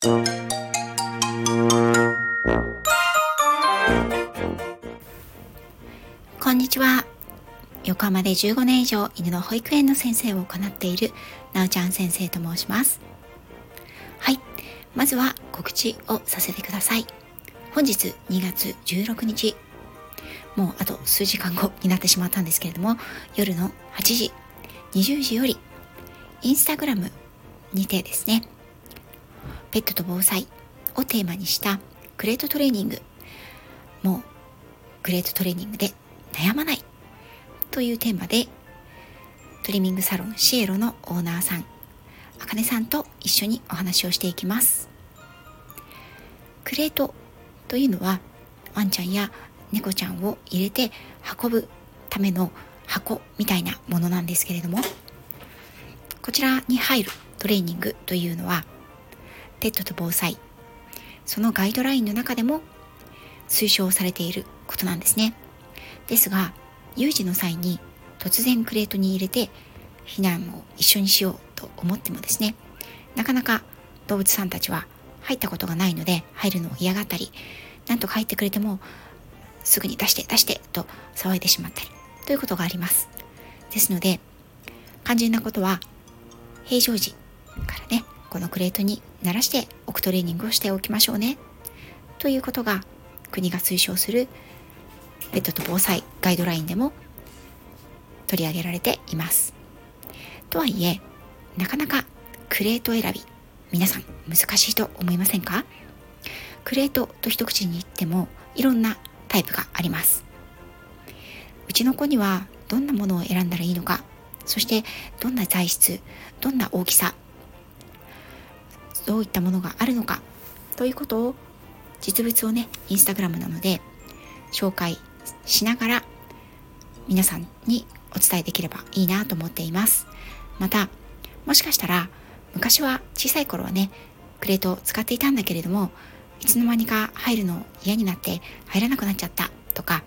こんにちは。横浜で15年以上犬の保育園の先生を行っているなおちゃん先生と申します。はい、まずは告知をさせてください。本日2月16日、もうあと数時間後になってしまったんですけれども、夜の8時、20時よりインスタグラムにてですね、ペットと防災をテーマにしたグレートトレーニング、もうグレートトレーニングで悩まないというテーマで、トリミングサロンシエロのオーナーさん、あかねさんと一緒にお話をしていきます。クレートというのはワンちゃんや猫ちゃんを入れて運ぶための箱みたいなものなんですけれども、こちらに入るトレーニングというのはペットと防災、そのガイドラインの中でも推奨されていることなんですね。ですが、有事の際に突然クレートに入れて避難を一緒にしようと思ってもですね、なかなか動物さんたちは入ったことがないので入るのを嫌がったり、なんとか入ってくれてもすぐに出してと騒いでしまったりということがあります。ですので、肝心なことは平常時からね、このクレートに慣らしておくトレーニングをしておきましょうねということが、国が推奨するペットと防災ガイドラインでも取り上げられています。とはいえ、なかなかクレート選び、皆さん難しいと思いませんか？クレートと一口に言ってもいろんなタイプがあります。うちの子にはどんなものを選んだらいいのか、そしてどんな材質、どんな大きさ、どういったものがあるのかということを、実物をね、インスタグラムなので紹介しながら皆さんにお伝えできればいいなと思っています。また、もしかしたら昔は小さい頃はね、クレートを使っていたんだけれども、いつの間にか入るの嫌になって入らなくなっちゃったとか、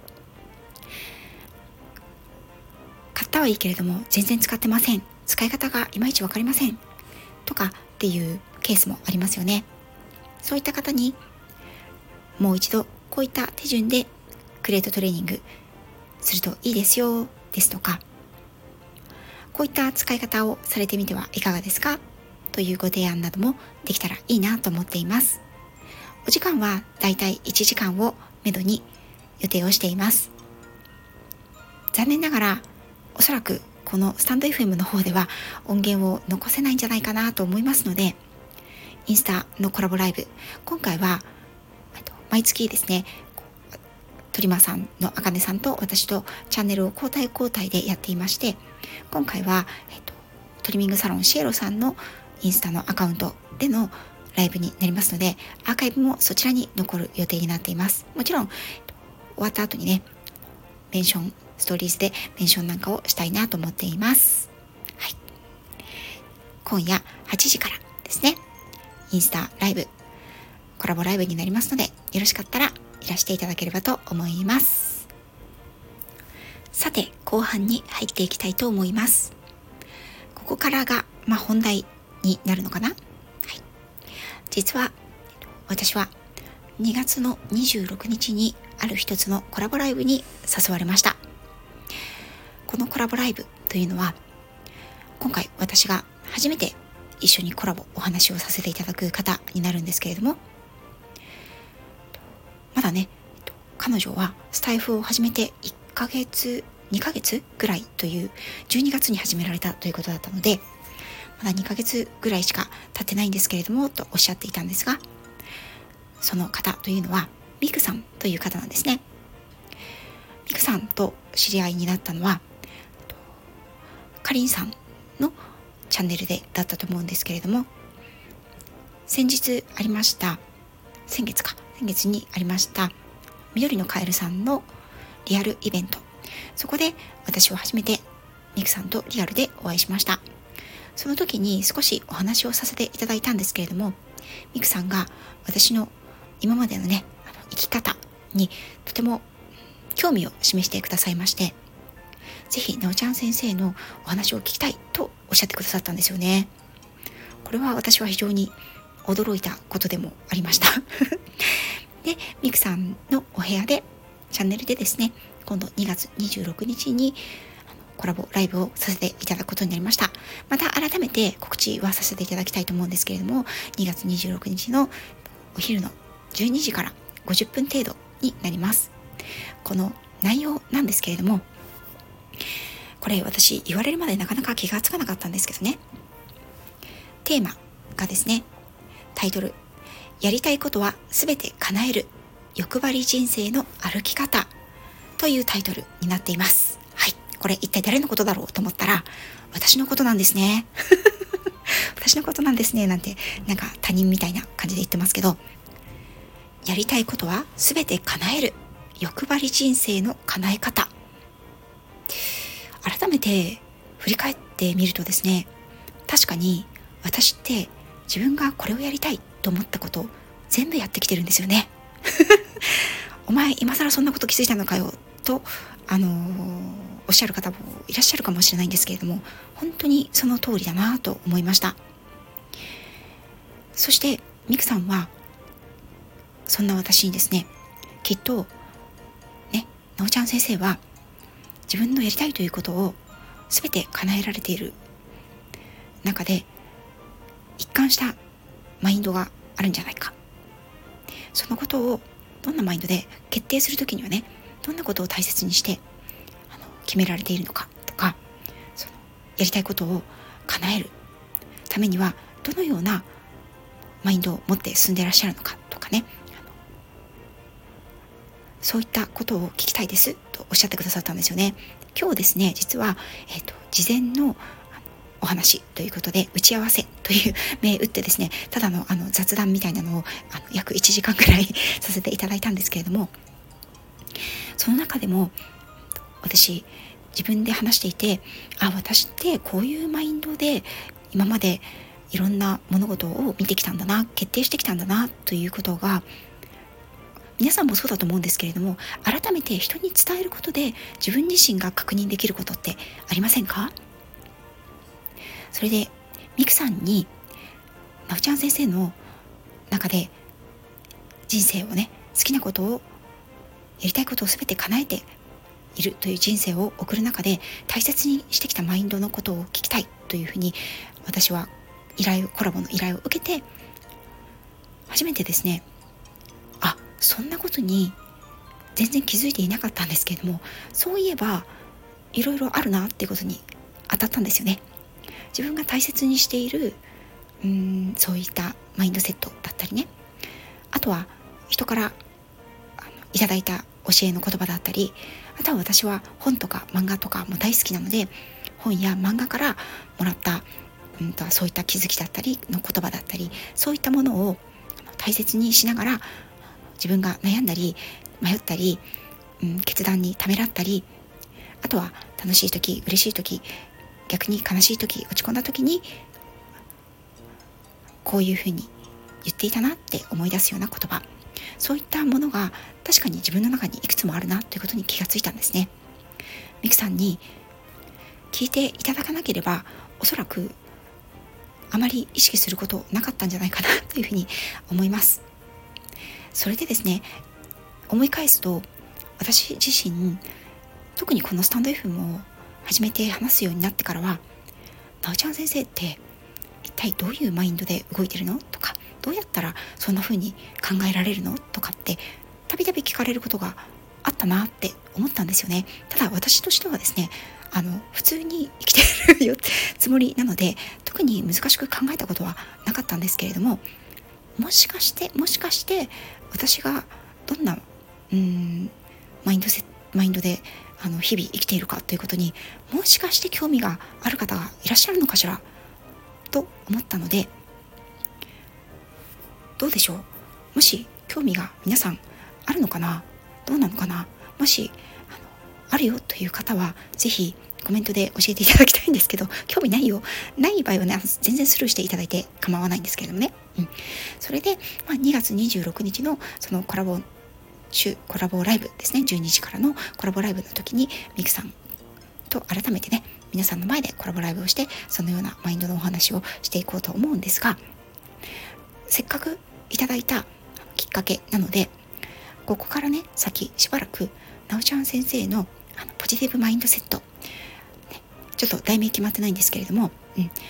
買ったはいいけれども全然使ってません、使い方がいまいちわかりませんとかっていうケースもありますよね。そういった方にもう一度こういった手順でクレートトレーニングするといいですよですとか、こういった使い方をされてみてはいかがですかというご提案などもできたらいいなと思っています。お時間はだいたい1時間をめどに予定をしています。残念ながらおそらくこのスタンド FM の方では音源を残せないんじゃないかなと思いますので、インスタのコラボライブ、今回は毎月ですね、トリマさんのあかねさんと私とチャンネルを交代でやっていまして、今回は、トリミングサロンシエロさんのインスタのアカウントでのライブになりますので、アーカイブもそちらに残る予定になっています。もちろん終わった後にね、メンション、ストーリーズでメンションなんかをしたいなと思っています。はい、今夜8時からですね、インスタライブ、コラボライブになりますので、よろしかったらいらしていただければと思います。さて、後半に入っていきたいと思います。ここからが、本題になるのかな。はい、実は私は2月の26日にある一つのコラボライブに誘われました。このコラボライブというのは、今回私が初めて一緒にコラボお話をさせていただく方になるんですけれども、まだね、彼女はスタイフを始めて1ヶ月2ヶ月ぐらいという、12月に始められたということだったので、まだ2ヶ月ぐらいしか経ってないんですけれどもとおっしゃっていたんですが、その方というのはミクさんという方なんですね。ミクさんと知り合いになったのはかりんさんのチャンネルでだったと思うんですけれども、先月にありました緑のカエルさんのリアルイベント、そこで私は初めてミクさんとリアルでお会いしました。その時に少しお話をさせていただいたんですけれども、ミクさんが私の今までのね、生き方にとても興味を示してくださいまして、ぜひなおちゃん先生のお話を聞きたいとおっしゃってくださったんですよね。これは私は非常に驚いたことでもありましたで、ミクさんのお部屋でチャンネルでですね、今度2月26日にコラボライブをさせていただくことになりました。また改めて告知はさせていただきたいと思うんですけれども、2月26日のお昼の12時から50分程度になります。この内容なんですけれども、これ私言われるまでなかなか気がつかなかったんですけどね、テーマがですね、タイトル、やりたいことはすべて叶える欲張り人生の歩き方というタイトルになっています。はい、これ一体誰のことだろうと思ったら、私のことなんですね私のことなんですねなんて、なんか他人みたいな感じで言ってますけど、やりたいことはすべて叶える欲張り人生の叶え方。改めて振り返ってみるとですね、確かに私って自分がこれをやりたいと思ったことを全部やってきてるんですよねお前今更そんなこと気づいたのかよとおっしゃる方もいらっしゃるかもしれないんですけれども、本当にその通りだなと思いました。そしてミクさんはそんな私にですね、きっとね、なおちゃん先生は自分のやりたいということを全て叶えられている中で一貫したマインドがあるんじゃないか、そのことをどんなマインドで決定するときにはね、どんなことを大切にして決められているのかとか、そのやりたいことを叶えるためにはどのようなマインドを持って進んでいらっしゃるのかとかね、そういったことを聞きたいですとおっしゃってくださったんですよね。今日ですね、実は、事前のお話ということで打ち合わせという銘打ってですね、ただの雑談みたいなのを約1時間くらいさせていただいたんですけれども、その中でも私自分で話していて、私ってこういうマインドで今までいろんな物事を見てきたんだな、決定してきたんだなということが、皆さんもそうだと思うんですけれども、改めて人に伝えることで自分自身が確認できることってありませんか？それでミクさんになおちゃん先生の中で人生をね、好きなことをやりたいことを全て叶えているという人生を送る中で大切にしてきたマインドのことを聞きたいというふうに、私はコラボの依頼を受けて初めてですね、そんなことに全然気づいていなかったんですけれども、そういえばいろいろあるなっていうことに当たったんですよね。自分が大切にしているそういったマインドセットだったりね、あとは人からいただいた教えの言葉だったり、あとは私は本とか漫画とかも大好きなので、本や漫画からもらったそういった気づきだったりの言葉だったり、そういったものを大切にしながら、自分が悩んだり迷ったり、決断にためらったり、あとは楽しい時、嬉しい時、逆に悲しい時、落ち込んだ時にこういうふうに言っていたなって思い出すような言葉、そういったものが確かに自分の中にいくつもあるなということに気がついたんですね。ミクさんに聞いていただかなければ、おそらくあまり意識することなかったんじゃないかなというふうに思います。それでですね、思い返すと、私自身特にこのスタンド FM を始めて話すようになってからは、なおちゃん先生って一体どういうマインドで動いてるのとか、どうやったらそんな風に考えられるのとかってたびたび聞かれることがあったなって思ったんですよね。ただ私としてはですね、普通に生きてるよつもりなので、特に難しく考えたことはなかったんですけれども、もしかして私がどんなマインドで日々生きているかということに、もしかして興味がある方がいらっしゃるのかしらと思ったので、どうでしょう、もし興味が皆さんあるのかな、どうなのかな、もしあるよという方はぜひコメントで教えていただきたいんですけど、興味ない場合はね、全然スルーしていただいて構わないんですけれどもね、それで、2月26日のそのコラボライブですね、12時からのコラボライブの時にミクさんと改めてね、皆さんの前でコラボライブをして、そのようなマインドのお話をしていこうと思うんですが、 せっかくいただいたきっかけなので、ここからね先しばらくなおちゃん先生のポジティブマインドセット、ちょっと題名決まってないんですけれども、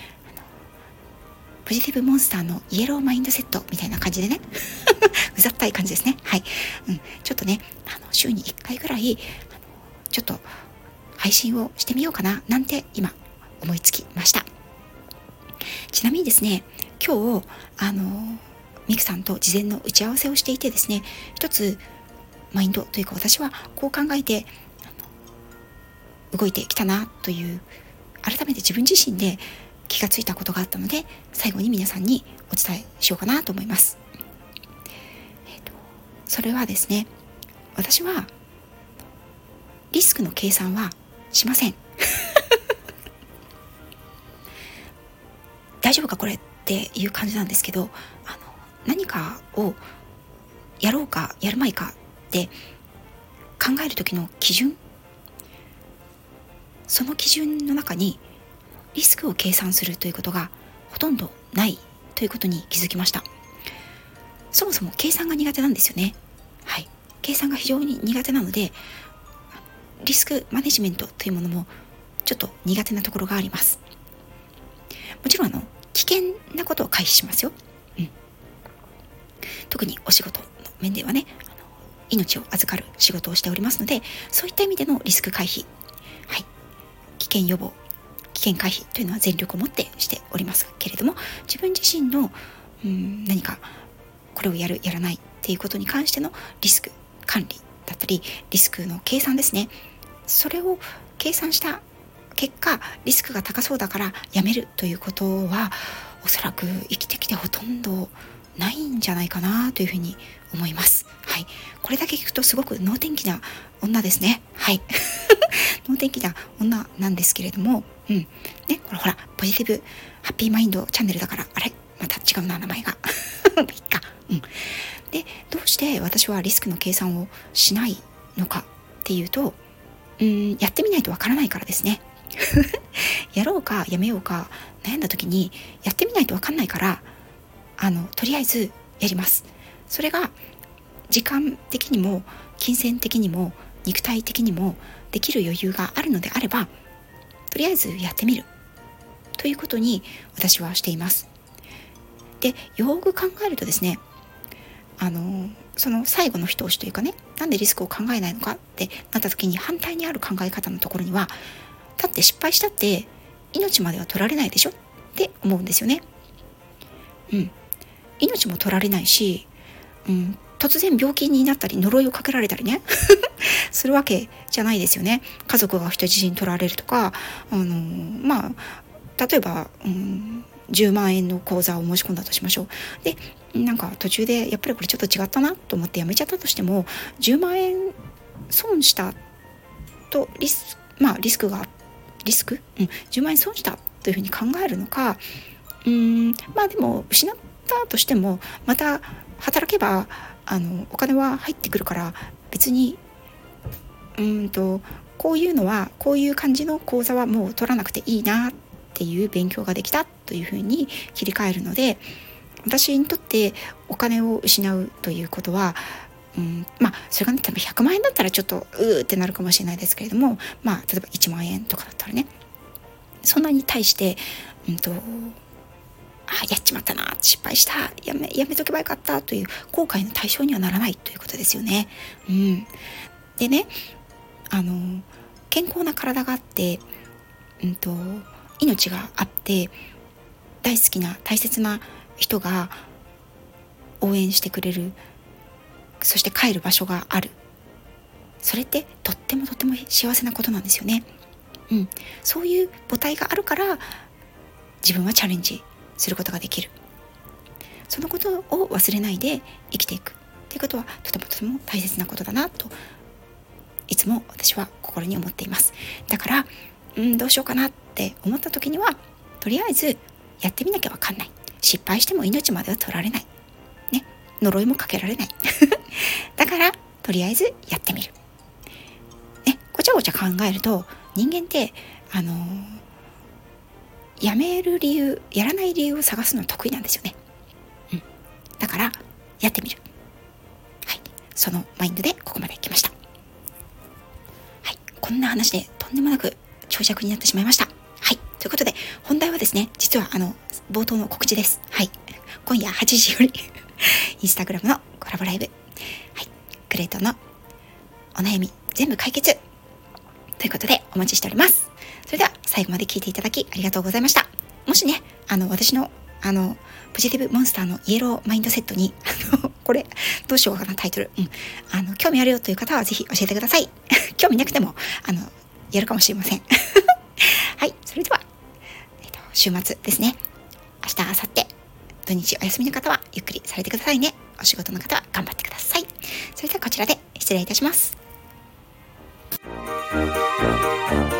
ポジティブモンスターのイエローマインドセットみたいな感じでねうざったい感じですね。はい、ちょっとね週に1回ぐらいちょっと配信をしてみようかななんて今思いつきました。ちなみにですね、今日ミクさんと事前の打ち合わせをしていてですね、一つマインドというか私はこう考えて動いてきたなという改めて自分自身で気がついたことがあったので、最後に皆さんにお伝えしようかなと思います。それはですね、私はリスクの計算はしません大丈夫かこれっていう感じなんですけど、何かをやろうかやるまいかって考える時の基準、その基準の中にリスクを計算するということがほとんどないということに気づきました。そもそも計算が苦手なんですよね。はい、計算が非常に苦手なので、リスクマネジメントというものもちょっと苦手なところがあります。もちろん危険なことを回避しますよ。特にお仕事の面ではね、命を預かる仕事をしておりますので、そういった意味でのリスク回避、はい、危険予防、危険回避というのは全力を持ってしておりますけれども、自分自身の何かこれをやるやらないっていうことに関してのリスク管理だったり、リスクの計算ですね、それを計算した結果リスクが高そうだからやめるということはおそらく生きてきてほとんどないんじゃないかなというふうに思います。はい、これだけ聞くとすごく能天気な女ですね。はい能天気な女なんですけれども、ね、ほらポジティブハッピーマインドチャンネルだから、あれまた違うな名前がいいか。で、どうして私はリスクの計算をしないのかっていうと、やってみないとわからないからですねやろうかやめようか悩んだ時にやってみないとわかんないから、とりあえずやります。それが時間的にも金銭的にも肉体的にもできる余裕があるのであれば、とりあえずやってみるということに私はしています。で、よく考えるとですね、その最後の一押しというかね、なんでリスクを考えないのかってなった時に反対にある考え方のところには、だって失敗したって命までは取られないでしょって思うんですよね。命も取られないし、突然病気になったり呪いをかけられたりねするわけじゃないですよね。家族が人質に取られるとか、例えば、10万円の口座を申し込んだとしましょう。で、なんか途中でやっぱりこれちょっと違ったなと思ってやめちゃったとしても、10万円損したとリスクが10万円損したというふうに考えるのか、でも失ったとしてもまた働けばお金は入ってくるから、別にこういうのはこういう感じの講座はもう取らなくていいなっていう勉強ができたというふうに切り替えるので、私にとってお金を失うということは、それがね、多分100万円だったらちょっとってなるかもしれないですけれども、例えば1万円とかだったらね、そんなに対してやっちまったな、失敗した、やめとけばよかったという後悔の対象にはならないということですよね。でね、健康な体があって、命があって大好きな大切な人が応援してくれる、そして帰る場所がある、それってとっても幸せなことなんですよね。そういう母体があるから自分はチャレンジすることができる。そのことを忘れないで生きていくということはとても大切なことだなといつも私は心に思っています。だからどうしようかなって思った時には、とりあえずやってみなきゃ分かんない、失敗しても命までは取られない、呪いもかけられないだからとりあえずやってみる、ごちゃごちゃ考えると人間ってやめる理由、やらない理由を探すの得意なんですよね。 やってみる。はい。そのマインドでここまで来ました。はい。こんな話でとんでもなく長尺になってしまいました。はい。ということで、本題はですね、実は冒頭の告知です。はい。今夜8時より、インスタグラムのコラボライブ。はい。クレイトンのお悩み全部解決。ということでお待ちしております。それでは最後まで聞いていただきありがとうございました。もしね、私のポジティブモンスターのイエローマインドセットに、これ、どうしようかな、タイトル。興味あるよという方はぜひ教えてください。興味なくても、やるかもしれません。はい、それでは、週末ですね。明日、明後日、土日お休みの方はゆっくりされてくださいね。お仕事の方は頑張ってください。それではこちらで失礼いたします。